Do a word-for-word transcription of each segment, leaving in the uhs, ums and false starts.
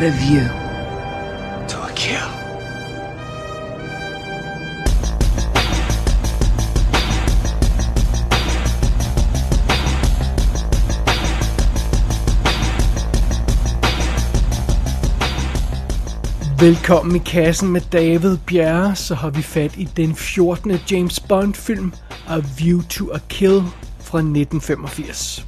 What of you? To a kill. Velkommen i kassen med David Bjerre, så har vi fat i den fjortende James Bond film, A View to a Kill fra nitten femogfirs.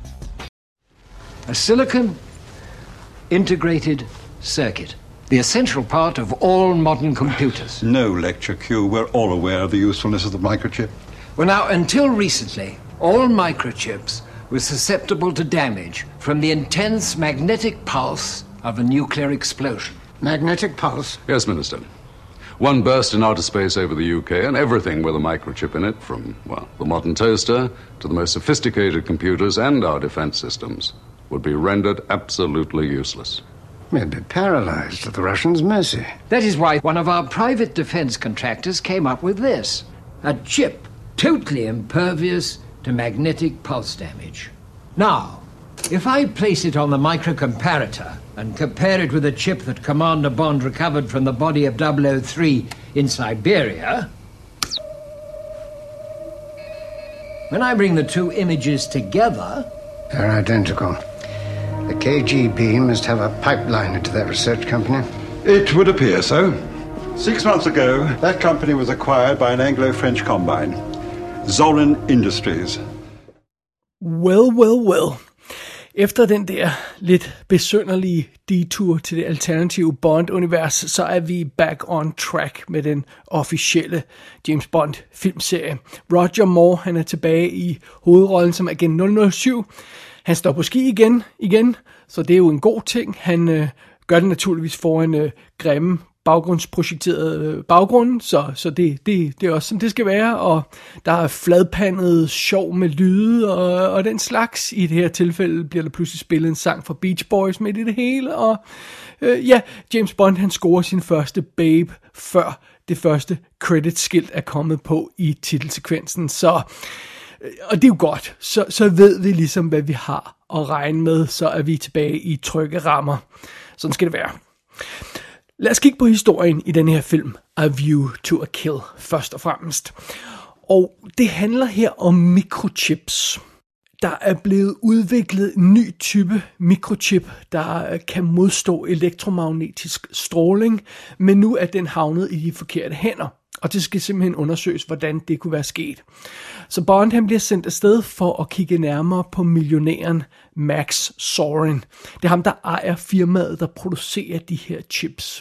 A silicon integrated circuit, the essential part of all modern computers. No lecture, Q. We're all aware of the usefulness of the microchip. Well, now, until recently, all microchips were susceptible to damage from the intense magnetic pulse of a nuclear explosion. Magnetic pulse? Yes, Minister. One burst in outer space over the U K and everything with a microchip in it, from, well, the modern toaster to the most sophisticated computers and our defense systems, would be rendered absolutely useless. We'd be paralyzed at the Russians' mercy. That is why one of our private defense contractors came up with this. A chip totally impervious to magnetic pulse damage. Now, if I place it on the microcomparator and compare it with a chip that Commander Bond recovered from the body of double oh three in Siberia, when I bring the two images together... They're identical. The K G B must have a pipeline into that research company. It would appear so. Six months ago, that company was acquired by an Anglo-French combine, Zorin Industries. Well, well, well. Efter den der lidt besynderlige detur til det alternative Bond-univers, så er vi back on track med den officielle James Bond-filmserie. Roger Moore, han er tilbage i hovedrollen som agent nul nul syv. Han står på ski igen, igen, så det er jo en god ting. Han øh, gør det naturligvis foran øh, grimme baggrundsprojekterede øh, baggrunde, så, så det, det, det er også sådan, det skal være. Og der er fladpandet sjov med lyde og, og den slags. I det her tilfælde bliver der pludselig spillet en sang fra Beach Boys midt i det hele. Og øh, ja, James Bond, han scorer sin første babe, før det første credit-skilt er kommet på i titelsekvensen. Så, øh, og det er jo godt. Så, så ved vi ligesom, hvad vi har at regne med. Så er vi tilbage i trygge rammer. Sådan skal det være. Lad os kigge på historien i den her film, A View to a Kill, først og fremmest. Og det handler her om mikrochips. Der er blevet udviklet en ny type mikrochip, der kan modstå elektromagnetisk stråling, men nu er den havnet i de forkerte hænder. Og det skal simpelthen undersøges, hvordan det kunne være sket. Så Bond han bliver sendt afsted for at kigge nærmere på millionæren Max Zorin. Det er ham, der ejer firmaet, der producerer de her chips.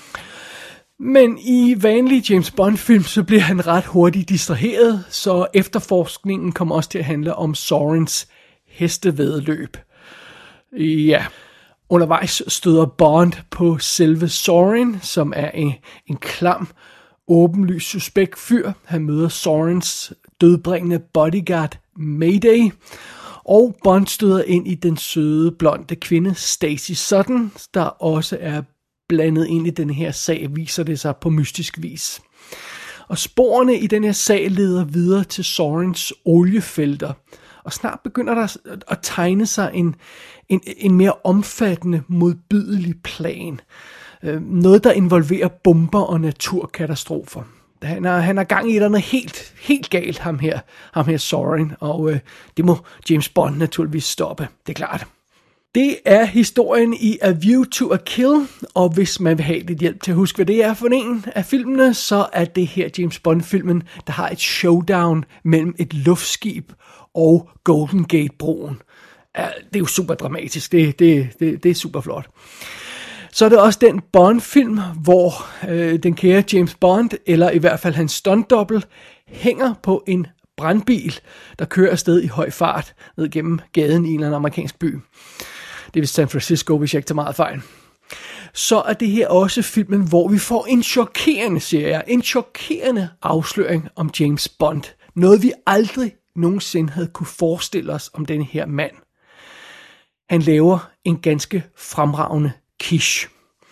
Men i vanlig James Bond-film, så bliver han ret hurtigt distraheret, så efterforskningen kommer også til at handle om Zorins hestevæddeløb. Ja, undervejs støder Bond på selve Zorin, som er en, en klam, åbenlyst suspekt fyr. Han møder Zorins dødbringende bodyguard Mayday, og Bond støder ind i den søde, blonde kvinde Stacy Sutton, der også er blandet ind i den her sag, viser det sig på mystisk vis. Og sporene i den her sag leder videre til Zorins oliefelter, og snart begynder der at tegne sig en, en, en mere omfattende, modbydelig plan. Noget, der involverer bomber og naturkatastrofer. Han har, han har gang i et eller andet helt, helt galt, ham her, ham her Zorin, og øh, det må James Bond naturligvis stoppe, det er klart. Det er historien i A View to a Kill, og hvis man vil have lidt hjælp til at huske, hvad det er for en af filmene, så er det her James Bond-filmen, der har et showdown mellem et luftskib og Golden Gate-broen. Det er jo super dramatisk, det, det, det, det er super flot. Så er det også den Bond-film, hvor øh, den kære James Bond, eller i hvert fald hans stuntdobbel, hænger på en brandbil, der kører afsted i høj fart ned gennem gaden i en eller anden amerikansk by. Det er vist San Francisco, hvis jeg ikke tager meget fejl. Så er det her også filmen, hvor vi får en chokerende serie, en chokerende afsløring om James Bond. Noget vi aldrig nogensinde havde kunne forestille os om denne her mand. Han laver en ganske fremragende quiche.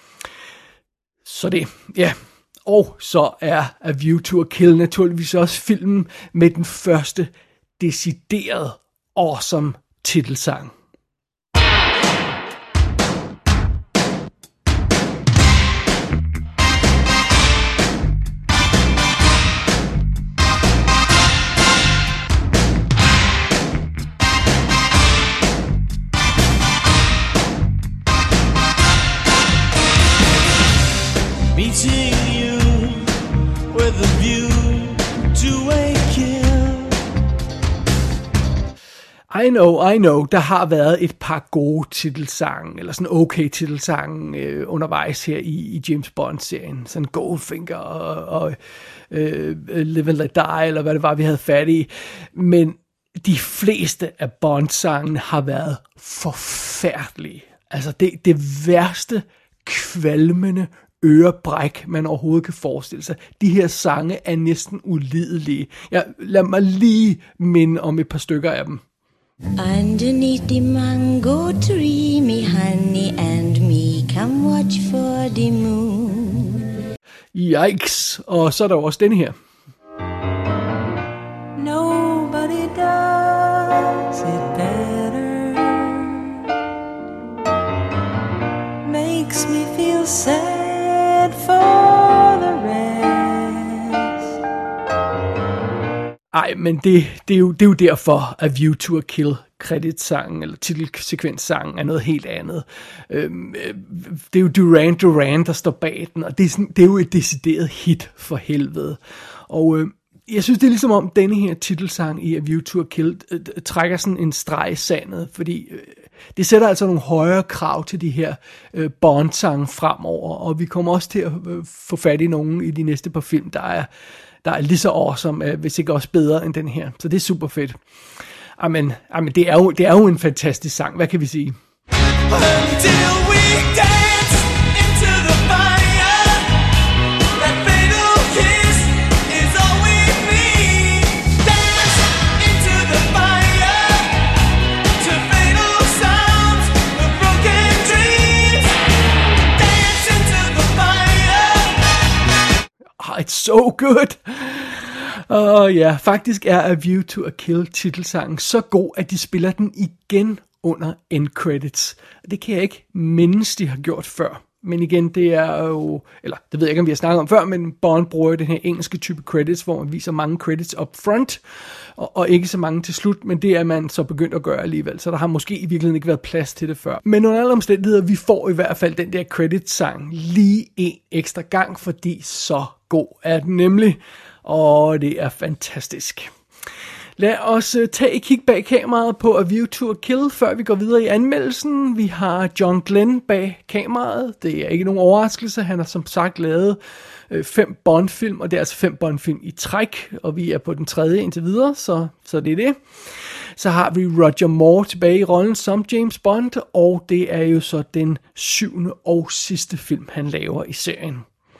Så det, ja. Og så er A View to a Kill naturligvis også filmen med den første decideret awesome titelsang. I know, I know, der har været et par gode titelsange, eller sådan okay titelsange øh, undervejs her i, i James Bond-serien. Sådan Goldfinger og, og øh, Live and Let Die, eller hvad det var, vi havde fat i. Men de fleste af Bond-sangene har været forfærdelige. Altså det, det værste, kvalmende ørebræk, man overhovedet kan forestille sig. De her sange er næsten ulidelige. Jeg, lad mig lige minde om et par stykker af dem. Underneath the mango tree, me honey and me come watch for the moon. Yikes. Og så er der også den her. Nobody does it better. Makes me feel sad for the rest. Ej, men det, det, er jo, det er jo derfor, at View to a Kill kreditsangen, eller titelsekvenssangen, er noget helt andet. Øhm, det er jo Duran Duran, der står bag den, og det er, sådan, det er jo et decideret hit for helvede. Og øh, jeg synes, det er ligesom om, denne her titelsang i A View to a Kill øh, trækker sådan en streg i sandet, fordi øh, det sætter altså nogle højere krav til de her øh, Bond-sange fremover, og vi kommer også til at øh, få fat i nogen i de næste par film, der er der er lige så awesome, hvis ikke også bedre end den her. Så det er super fedt. Amen, amen det, er jo, det er jo en fantastisk sang. Hvad kan vi sige? Until we dance into the fire, that fatal kiss is all we need. Dance into the fire, to fatal sounds of broken dreams. Dance into the fire. Oh, it's so good. Og uh, ja, faktisk er A View to a Kill titelsangen så god, at de spiller den igen under end credits. Det kan jeg ikke mindes, de har gjort før. Men igen, det er jo, eller det ved jeg ikke, om vi har snakket om før, men Bond bruger den her engelske type credits, hvor man viser mange credits up front, og, og ikke så mange til slut, men det er man så begyndt at gøre alligevel, så der har måske i virkeligheden ikke været plads til det før. Men under alle omstændigheder, vi får i hvert fald den der credits-sang lige en ekstra gang, fordi så god er den nemlig, og det er fantastisk. Lad os uh, tage et kig bag kameraet på A View to a Kill, før vi går videre i anmeldelsen. Vi har John Glenn bag kameraet. Det er ikke nogen overraskelse. Han har som sagt lavet øh, fem Bond-film, og det er altså fem Bond-film i træk, og vi er på den tredje indtil videre, så, så det er det. Så har vi Roger Moore tilbage i rollen som James Bond, og det er jo så den syvende og sidste film, han laver i serien.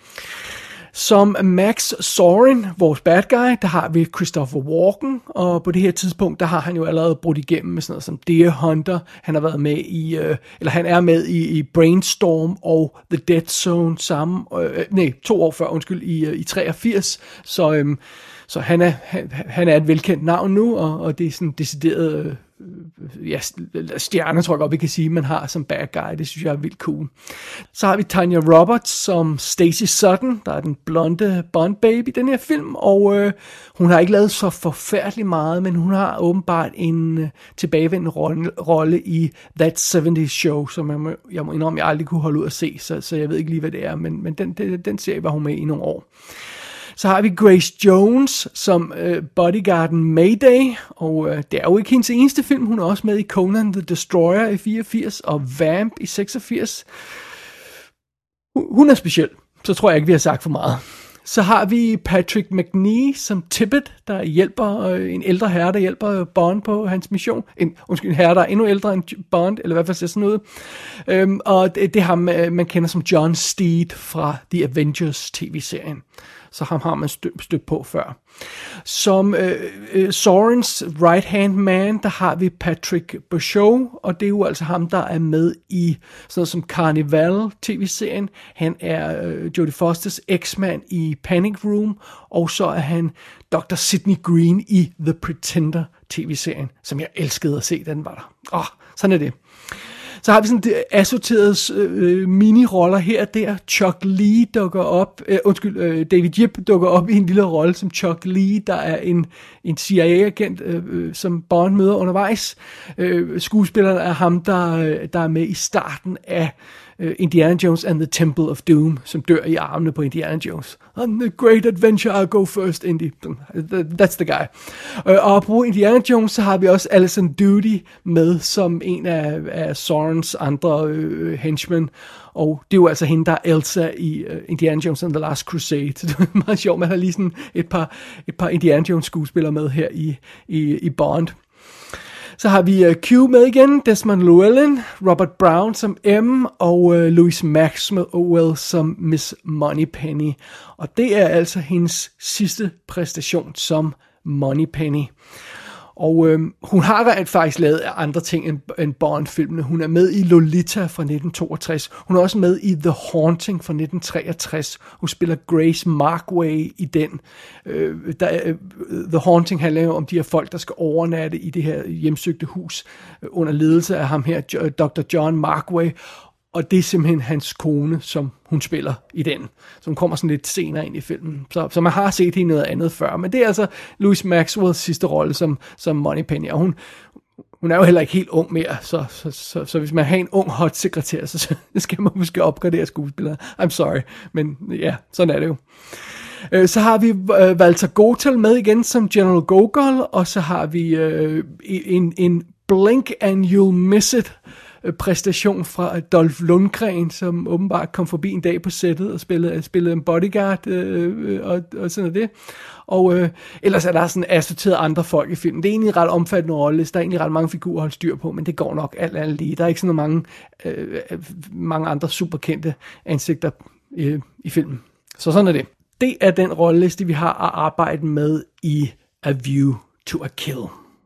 Som Max Zorin, vores bad guy, der har vi Christopher Walken, og på det her tidspunkt, der har han jo allerede brudt igennem med sådan noget som Deer Hunter. Han har været med i, øh, eller han er med i, i Brainstorm og The Dead Zone sammen, øh, nej, to år før, undskyld, i, øh, i treogfirs, så, øh, så han, er, han, han er et velkendt navn nu, og, og det er sådan decideret... Øh, ja, stjerner, tror jeg godt, vi kan sige, man har som bad guy. Det synes jeg er vildt cool. Så har vi Tanya Roberts som Stacey Sutton, der er den blonde Bond-baby i den her film, og øh, hun har ikke lavet så forfærdeligt meget, men hun har åbenbart en øh, tilbagevendende rolle, rolle i That seventies Show, som jeg må, jeg må indrømme, jeg aldrig kunne holde ud at se, så, så jeg ved ikke lige, hvad det er, men, men den, den, den serie var hun med i nogle år. Så har vi Grace Jones som øh, bodyguarden Mayday, og øh, det er jo ikke hendes eneste film, hun er også med i Conan the Destroyer i fireogfirs og Vamp i seksogfirs. Hun er speciel, så tror jeg ikke, vi har sagt for meget. Så har vi Patrick Macnee som Tippett, der hjælper øh, en ældre herre, der hjælper Bond på hans mission. En, undskyld, en herre, der er endnu ældre end Bond, eller hvad for ser sådan noget. Øhm, og det, det er ham, man kender som John Steed fra The Avengers tv-serien. Så ham har man stødt støt på før. Som øh, øh, Sorens right-hand man, der har vi Patrick Bouchot, og det er jo altså ham, der er med i sådan noget som Carnival tv-serien. Han er øh, Jodie Fosters eksmand i Panic Room, og så er han doktor Sidney Green i The Pretender tv-serien, som jeg elskede at se, den var der. Åh, sådan er det. Så har vi sådan assorterede øh, mini-roller her og der. Chuck Lee dukker op, øh, undskyld, øh, David Yip dukker op i en lille rolle som Chuck Lee, der er en, en C I A-agent, øh, som Bond møder undervejs. Øh, skuespilleren er ham, der, der er med i starten af uh, Indiana Jones and the Temple of Doom, som dør i armene på Indiana Jones. On the great adventure, I go first, Indy. That's the guy. Uh, og på Indiana Jones, så har vi også Alison Doody med som en af, af Sorens andre uh, henchmen. Og det er jo altså hende, der er Elsa i uh, Indiana Jones and the Last Crusade. Så det er meget sjovt, man har lige sådan et par, et par Indiana Jones skuespillere med her i, i, i Bond. Så har vi uh, Q med igen, Desmond Llewellyn, Robert Brown som M, og uh, Louis Maxwell som Miss Moneypenny. Og det er altså hendes sidste præstation som Moneypenny. Og øh, hun har rent faktisk lavet andre ting end, end Bond-filmene. Hun er med i Lolita fra nitten toogtres. Hun er også med i The Haunting fra nitten treogtres. Hun spiller Grace Markway i den. Øh, der, øh, The Haunting handler jo om de her folk, der skal overnatte i det her hjemsøgte hus øh, under ledelse af ham her, doktor John Markway. Og det er simpelthen hans kone, som hun spiller i den. Som kommer sådan lidt senere ind i filmen. Så, så man har set hende noget andet før. Men det er altså Louis Maxwells sidste rolle som, som Moneypenny. Og hun, hun er jo heller ikke helt ung mere. Så, så, så, så hvis man har en ung hot sekretær, så, så skal man måske opgradere skuespillere. I'm sorry. Men ja, sådan er det jo. Så har vi uh, Walter Gothel med igen som General Gogol. Og så har vi uh, en, en Blink and You'll Miss It præstation fra Dolph Lundgren, som åbenbart kom forbi en dag på sættet og spillede, spillede en bodyguard øh, og, og sådan det. Og øh, ellers er der sådan assorteret andre folk i filmen. Det er egentlig en ret omfattende rolle, der er egentlig ret mange figurer at holde styr på, men det går nok alt andet lige. Der er ikke sådan mange, øh, mange andre superkendte ansigter øh, i filmen. Så sådan er det. Det er den rolleliste, vi har at arbejde med i A View to a Kill.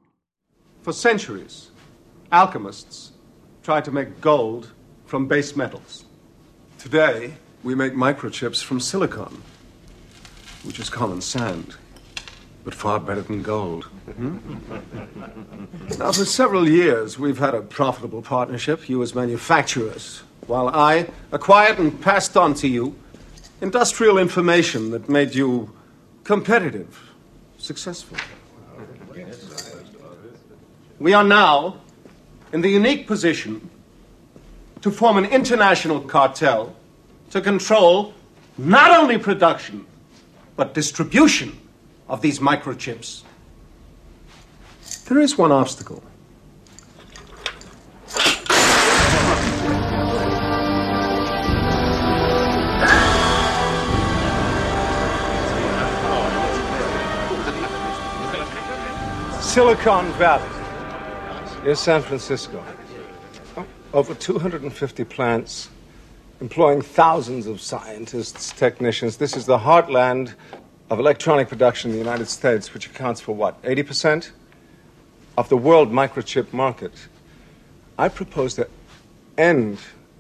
For centuries, alchemists try to make gold from base metals. Today, we make microchips from silicon, which is common sand, but far better than gold. Now, for several years, we've had a profitable partnership, you as manufacturers, while I acquired and passed on to you industrial information that made you competitive, successful. We are now in the unique position to form an international cartel to control not only production, but distribution of these microchips. There is one obstacle. Silicon Valley. Here's San Francisco. Over two hundred fifty plants, employing thousands of scientists, technicians. This is the heartland of electronic production in the United States, which accounts for what, eighty percent of the world microchip market. I propose to end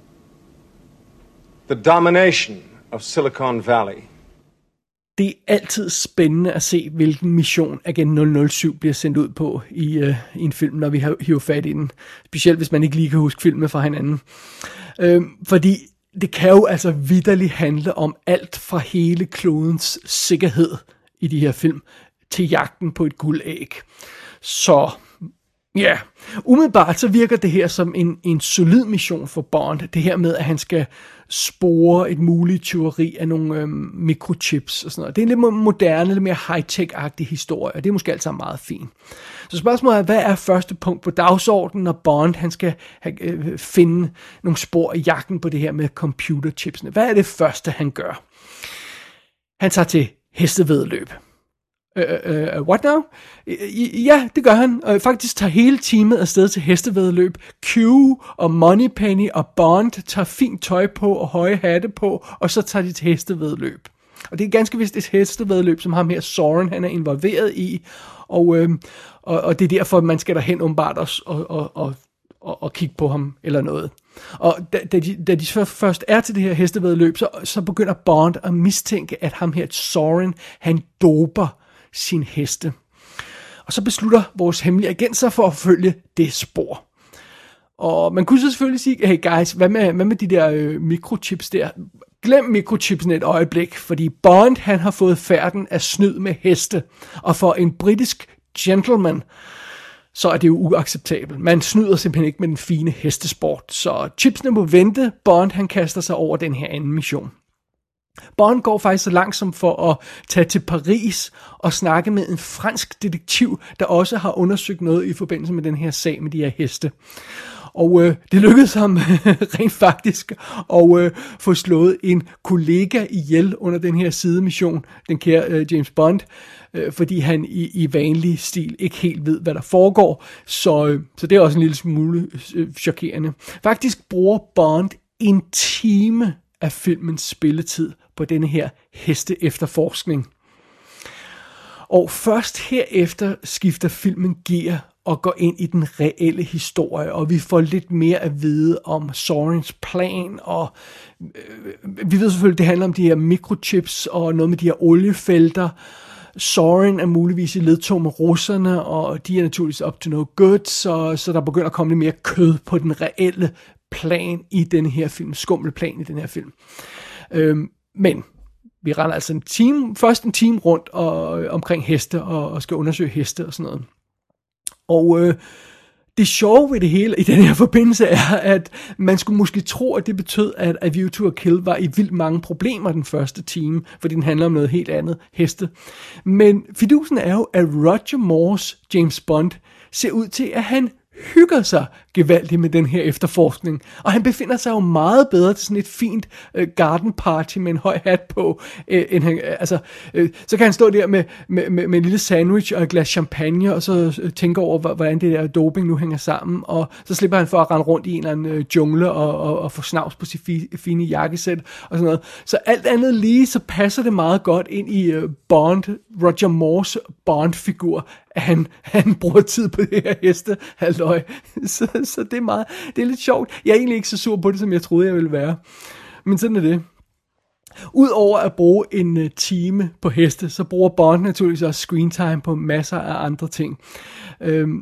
the domination of Silicon Valley. Det er altid spændende at se, hvilken mission Agent nul nul syv bliver sendt ud på i, øh, i en film, når vi hiver fat i den. Specielt hvis man ikke lige kan huske filmen fra hinanden. Øh, fordi det kan jo altså vitterligt handle om alt fra hele klodens sikkerhed i de her film til jagten på et guldæg. Så ja, yeah. Umiddelbart så virker det her som en, en solid mission for Bond. Det her med, at han skal spore et muligt tyveri af nogle øhm, mikrochips og sådan noget. Det er en lidt moderne, lidt mere high-tech-agtig historie, og det er måske altid meget fint. Så spørgsmålet er, hvad er første punkt på dagsordenen, når Bond han skal have, øh, finde nogle spor i jagten på det her med computerchipsene? Hvad er det første, han gør? Han tager til hestevæddeløb. Uh, uh, what now? Uh, ja, det gør han. Uh, faktisk tager hele teamet afsted til hestevæddeløb. Q og Moneypenny og Bond tager fint tøj på og høje hatte på, og så tager de til hestevæddeløb. Og det er ganske vist et hestevæddeløb, som ham her Soren han er involveret i, og, uh, og, og det er derfor, man skal derhen åbenbart og, og, og, og, og, og kigge på ham eller noget. Og da, da, de, da de først er til det her hestevæddeløb, så, så begynder Bond at mistænke, at ham her Soren, han doper sin heste. Og så beslutter vores hemmelige agent sig for at følge det spor. Og man kunne så selvfølgelig sige, hey guys, hvad med, hvad med de der øh, mikrochips der? Glem mikrochipsen et øjeblik, fordi Bond han har fået færden af snyd med heste. Og for en britisk gentleman, så er det jo uacceptabelt. Man snyder simpelthen ikke med den fine hestesport. Så chipsene må vente. Bond, han kaster sig over den her anden mission. Bond går faktisk så langsomt for at tage til Paris og snakke med en fransk detektiv, der også har undersøgt noget i forbindelse med den her sag med de her heste. Og øh, det lykkedes ham rent faktisk at øh, få slået en kollega ihjel under den her sidemission, den kære øh, James Bond, øh, fordi han i, i vanlig stil ikke helt ved, hvad der foregår. Så, øh, så det er også en lille smule øh, chokerende. Faktisk bruger Bond en time af filmens spilletid på denne her heste efterforskning. Og først herefter skifter filmen gear og går ind i den reelle historie, og vi får lidt mere at vide om Sorens plan, og øh, vi ved selvfølgelig, det handler om de her mikrochips og noget med de her oliefelter. Soren er muligvis i ledtog med russerne, og de er naturligvis up to no good, så, så der begynder at komme lidt mere kød på den reelle plan i den her film, skummelplan i den her film. Øhm, men vi render altså en time, først en time rundt og, omkring heste, og, og skal undersøge heste og sådan noget. Og øh, det sjove ved det hele i den her forbindelse er, at man skulle måske tro, at det betød, at A View to a Kill var i vildt mange problemer den første time, fordi den handler om noget helt andet, heste. Men fidusen er jo, at Roger Moores James Bond ser ud til, at han hygger sig gevaldigt med den her efterforskning. Og han befinder sig jo meget bedre til sådan et fint øh, garden party med en høj hat på, øh, end han, altså, øh, så kan han stå der med, med, med, med en lille sandwich og et glas champagne, og så øh, tænke over, hvordan det der doping nu hænger sammen, og så slipper han for at rende rundt i en eller anden øh, jungle og, og, og få snavs på sit fi, fine jakkesæt og sådan noget. Så alt andet lige, så passer det meget godt ind i øh, Bond, Roger Moores Bond-figur, at han, han bruger tid på det her heste, halløj. Så, så det er meget, det er lidt sjovt. Jeg er egentlig ikke så sur på det, som jeg troede, jeg ville være. Men sådan er det. Udover at bruge en time på heste, så bruger Bond naturligvis også screen time på masser af andre ting. Øhm,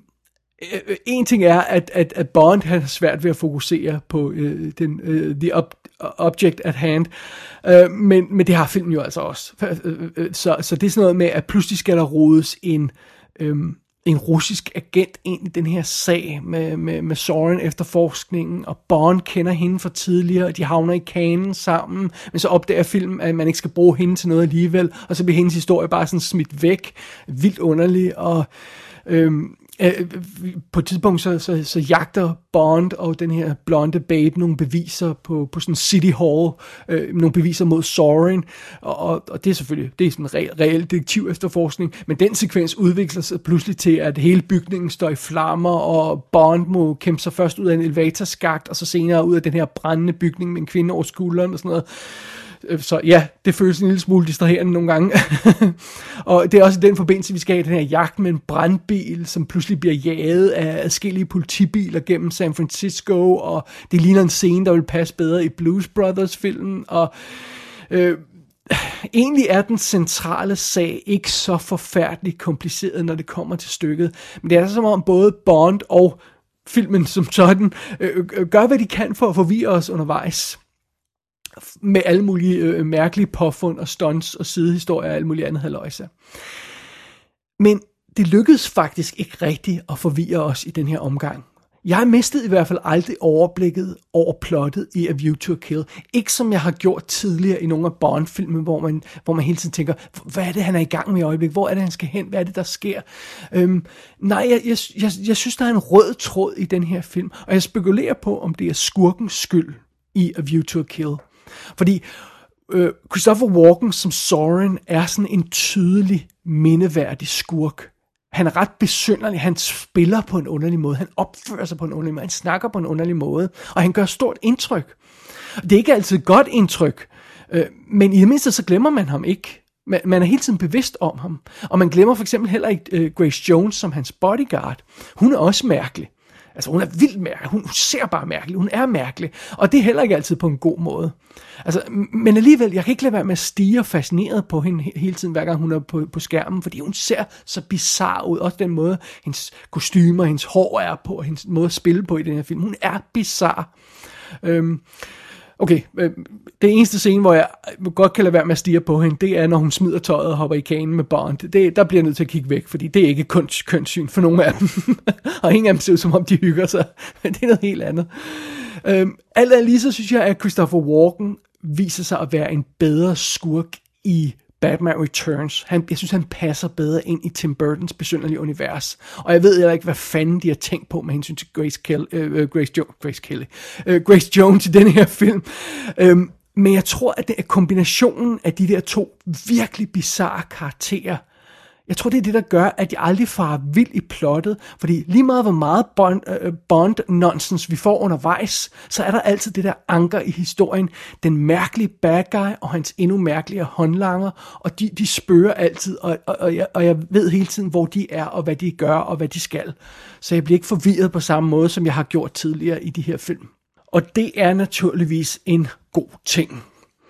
en ting er, at, at, at Bond har svært ved at fokusere på øh, den, øh, the ob, object at hand, øh, men, men det har filmen jo altså også. Så, så det er sådan noget med, at pludselig skal der rodes en... Øh, en russisk agent ind i den her sag med, med, med Soren efterforskningen, og Bond kender hende fra tidligere, og de havner i kanen sammen, men så opdager filmen, at man ikke skal bruge hende til noget alligevel, og så bliver hendes historie bare sådan smidt væk, vildt underlig, og øhm, øh, på et tidspunkt så, så, så jagter Bond og den her blonde babe nogle beviser på, på sådan City Hall, øh, nogle beviser mod Soren, og, og det er selvfølgelig, det er sådan en re, reel detektiv efterforskning, men den sekvens udvikler sig pludselig til, at hele bygningen står i flammer, og Bond må kæmpe sig først ud af en elevatorskakt, og så senere ud af den her brændende bygning med en kvinde over skulderen og sådan noget. Så ja, det føles en lille smule distraherende nogle gange. Og det er også i den forbindelse, vi skal have den her jagt med en brandbil, som pludselig bliver jaget af adskillige politibiler gennem San Francisco, og det ligner en scene, der vil passe bedre i Blues Brothers-filmen, og øh, egentlig er den centrale sag ikke så forfærdeligt kompliceret, når det kommer til stykket, men det er som om både Bond og filmen som sådan øh, gør, hvad de kan for at forvirre os undervejs. Med alle mulige øh, mærkelige påfund og stunts og sidehistorier og alt muligt andet halløjse. Men det lykkedes faktisk ikke rigtigt at forvirre os i den her omgang. Jeg mistede i hvert fald aldrig overblikket over plottet i A View to a Kill. Ikke som jeg har gjort tidligere i nogle af Bond-filmen, hvor man, hvor man hele tiden tænker, hvad er det, han er i gang med i øjeblikket? Hvor er det, han skal hen? Hvad er det, der sker? Øhm, nej, jeg, jeg, jeg, jeg synes, der er en rød tråd i den her film, og jeg spekulerer på, om det er skurkens skyld i A View to a Kill. Fordi øh, Christopher Walken som Soren er sådan en tydelig, mindeværdig skurk. Han er ret besynderlig, han spiller på en underlig måde, han opfører sig på en underlig måde, han snakker på en underlig måde, og han gør stort indtryk. Det er ikke altid et godt indtryk, øh, men i det mindste så glemmer man ham ikke. Man, man er hele tiden bevidst om ham, og man glemmer for eksempel heller ikke øh, Grace Jones som hans bodyguard. Hun er også mærkelig. Altså hun er vildt mærkelig, hun ser bare mærkelig, hun er mærkelig, og det er heller ikke altid på en god måde. Altså, men alligevel, jeg kan ikke lade være med at stige fascineret på hende hele tiden, hver gang hun er på, på skærmen, fordi hun ser så bizarre ud, også den måde, hendes kostymer, hendes hår er på, hendes måde at spille på i den her film, hun er bizarre. Øhm, Okay, øh, det eneste scene, hvor jeg godt kan lade være med at stirre på hende, det er, når hun smider tøjet og hopper i kanen med Bond. Det, der bliver jeg nødt til at kigge væk, fordi det er ikke kun kønssyn for nogle af dem. Og ingen af dem ser ud, som om de hygger sig. Men det er noget helt andet. Øhm, alt andet lige så synes jeg, at Christopher Walken viser sig at være en bedre skurk i Batman Returns. Han, jeg synes, han passer bedre ind i Tim Burtons besynderlige univers. Og jeg ved heller ikke, hvad fanden de har tænkt på med hensyn til Grace, Kelly, øh, Grace, jo- Grace Kelly. Øh, Grace Jones i denne her film. Øhm, men jeg tror, at det er kombinationen af de der to virkelig bizarre karakterer. Jeg tror, det er det, der gør, at de aldrig farer vildt i plottet, fordi lige meget hvor meget Bond, øh, Bond-nonsens vi får undervejs, så er der altid det der anker i historien, den mærkelige bad guy og hans endnu mærkeligere håndlanger, og de, de spørger altid, og, og, og, jeg, og jeg ved hele tiden, hvor de er, og hvad de gør, og hvad de skal. Så jeg bliver ikke forvirret på samme måde, som jeg har gjort tidligere i de her film. Og det er naturligvis en god ting.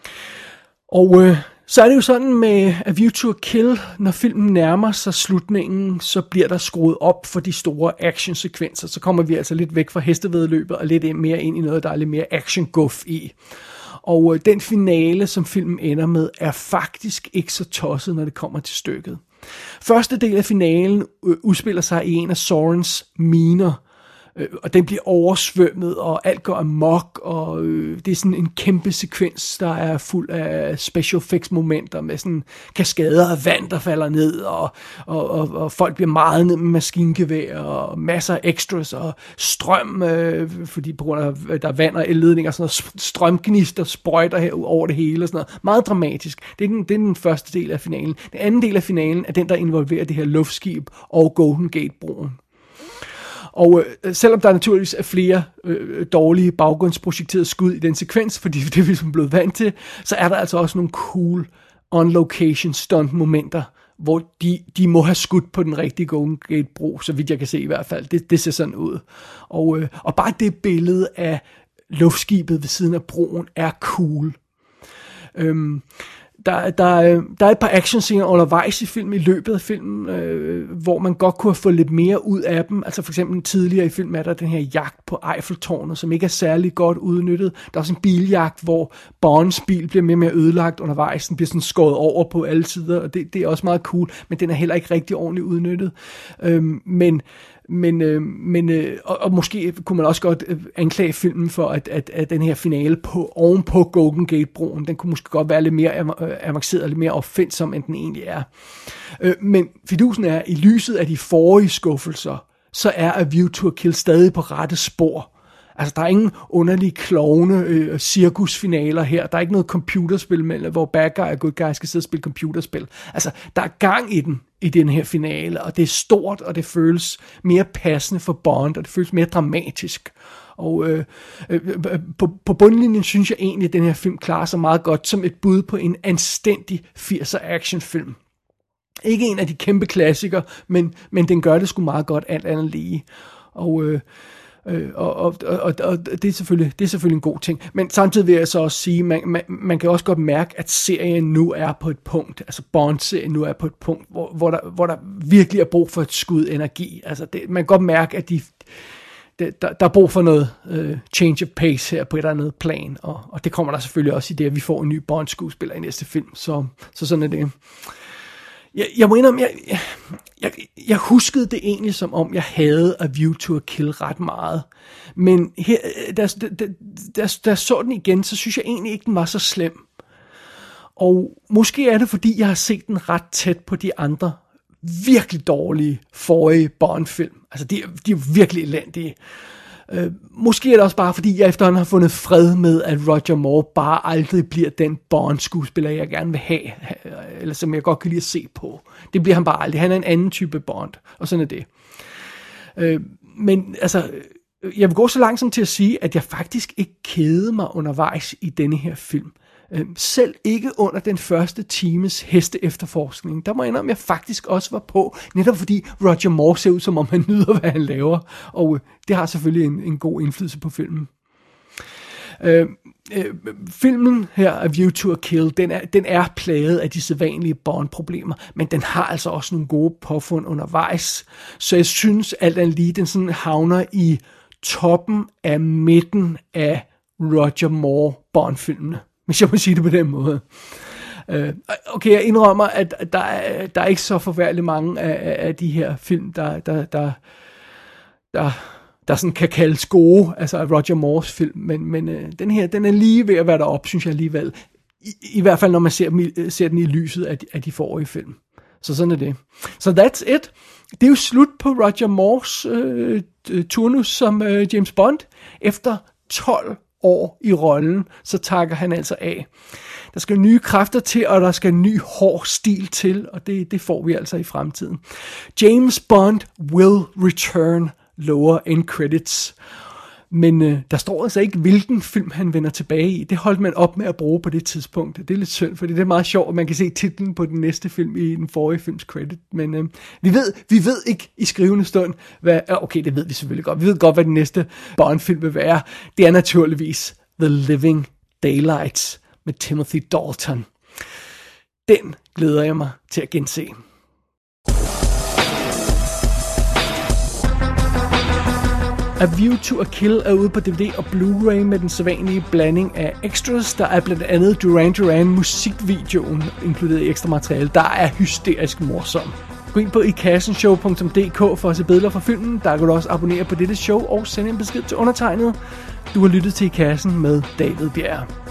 Og øh, så er det jo sådan med A View to a Kill, når filmen nærmer sig slutningen, så bliver der skruet op for de store actionsekvenser. Så kommer vi altså lidt væk fra hestevæddeløbet og lidt mere ind i noget, der er lidt mere action-guff i. Og øh, den finale, som filmen ender med, er faktisk ikke så tosset, når det kommer til stykket. Første del af finalen øh, udspiller sig i en af Sorens miner, og den bliver oversvømmet, og alt går amok, og øh, det er sådan en kæmpe sekvens, der er fuld af special effects momenter, med sådan kaskader af vand, der falder ned, og, og, og, og folk bliver meget ned med maskingevær, og masser af extras, og strøm, øh, fordi på grund af, der er vand og elledning, og sådan noget, strømgnister sprøjter her over det hele, og sådan noget. Meget dramatisk. Det er, den, det er den første del af finalen. Den anden del af finalen er den, der involverer det her luftskib og Golden Gate-broen. Og øh, selvom der naturligvis er flere øh, dårlige baggrundsprojekterede skud i den sekvens, fordi det er vi som blevet vant til, så er der altså også nogle cool on-location stunt momenter, hvor de, de må have skudt på den rigtige Golden Gate bro, så vidt jeg kan se i hvert fald. Det, det ser sådan ud. Og, øh, og bare det billede af luftskibet ved siden af broen er cool. Øhm, Der, der, der er et par actionscener undervejs i filmen, i løbet af filmen, øh, hvor man godt kunne have fået lidt mere ud af dem. Altså for eksempel tidligere i filmen er der den her jagt på Eiffeltårnet, som ikke er særlig godt udnyttet. Der er også en biljagt, hvor Bonds bil bliver mere og mere ødelagt undervejs. Den bliver sådan skåret over på alle sider, og det, det er også meget cool, men den er heller ikke rigtig ordentligt udnyttet. Øh, men Men, øh, men øh, og, og måske kunne man også godt øh, anklage filmen for, at, at, at den her finale på, oven på Golden Gate-broen, den kunne måske godt være lidt mere avanceret, lidt mere opfindsom, end den egentlig er. Øh, men fidusen er, i lyset af de forrige skuffelser, så er A View to a Kill stadig på rette spor. Altså, der er ingen underlige klovne øh, cirkusfinaler her. Der er ikke noget computerspil, mellem, hvor bad guy og good guy skal sidde og spille computerspil. Altså, der er gang i den, i den her finale, og det er stort, og det føles mere passende for Bond, og det føles mere dramatisk. Og øh, øh, på, på bundlinjen synes jeg egentlig, at den her film klarer sig meget godt som et bud på en anstændig firser actionfilm. Ikke en af de kæmpe klassikere, men, men den gør det sgu meget godt, alt andet lige. Og øh, Øh, og, og, og, og det, er selvfølgelig, det er selvfølgelig en god ting. Men samtidig vil jeg så også sige, man, man, man kan også godt mærke, at serien nu er på et punkt, altså Bond-serien nu er på et punkt, hvor, hvor, der, hvor der virkelig er brug for et skud energi. Altså det, man kan godt mærke, at de, det, der, der er brug for noget uh, change of pace her på et eller andet plan, og, og det kommer der selvfølgelig også i det, at vi får en ny Bond-skuespiller i næste film. Så, så sådan er det. Jeg, jeg må indrømme, jeg, jeg, jeg, jeg huskede det egentlig som om, jeg havde A View to a Kill ret meget. Men her, da, da, da, da, da jeg så den igen, så synes jeg egentlig ikke, den var så slem. Og måske er det, fordi jeg har set den ret tæt på de andre virkelig dårlige forrige Bond-film. Altså, de, de er virkelig elendige. Uh, måske er det også bare, fordi jeg efterhånden har fundet fred med, at Roger Moore bare aldrig bliver den Bond-skuespiller, jeg gerne vil have, eller som jeg godt kan lide at se på. Det bliver han bare aldrig. Han er en anden type Bond, og sådan er det. Uh, men altså, jeg vil gå så langsomt til at sige, at jeg faktisk ikke kede mig undervejs i denne her film. Selv ikke under den første times heste-efterforskning. Der må jeg indrømme, at jeg faktisk også var på, netop fordi Roger Moore ser ud, som om han nyder, hvad han laver. Og det har selvfølgelig en, en god indflydelse på filmen. Øh, øh, filmen her, A View to a Kill, den er, den er plaget af de sædvanlige Bond-problemer, men den har altså også nogle gode påfund undervejs. Så jeg synes, alt andet lige, den sådan havner i toppen af midten af Roger Moore Bond-filmene, hvis jeg må sige det på den måde. Uh, okay, jeg indrømmer, at der er, der er ikke så forfærdeligt mange af, af de her film, der, der, der, der, der sådan kan kaldes gode, altså af Roger Moores film, men, men uh, den her, den er lige ved at være deroppe, synes jeg alligevel. I, i hvert fald, når man ser, dem, ser den i lyset af de, af de forrige film. Så sådan er det. Så so that's it. Det er jo slut på Roger Moores øh, turnus som øh, James Bond. Efter tolv år i rollen, så takker han altså af. Der skal nye kræfter til, og der skal en ny hård stil til, og det, det får vi altså i fremtiden. James Bond will return, lower end credits. Men øh, der står altså ikke, hvilken film han vender tilbage i. Det holdt man op med at bruge på det tidspunkt. Det er lidt synd, fordi det er meget sjovt, at man kan se titlen på den næste film i den forrige films credit. Men øh, vi, ved, vi ved ikke i skrivende stund, hvad... Okay, det ved vi selvfølgelig godt. Vi ved godt, hvad den næste Bond-film vil være. Det er naturligvis The Living Daylights med Timothy Dalton. Den glæder jeg mig til at gense. A View to a Kill er ude på D V D og Blu-ray med den sædvanlige blanding af extras. Der er blandt andet Duran Duran musikvideoen inkluderet i ekstra materiale. Der er hysterisk morsom. Gå ind på i kassen show punktum d k for at se billeder fra filmen. Der kan du også abonnere på dette show og sende en besked til undertegnet. Du har lyttet til I Kassen med David Bjerg.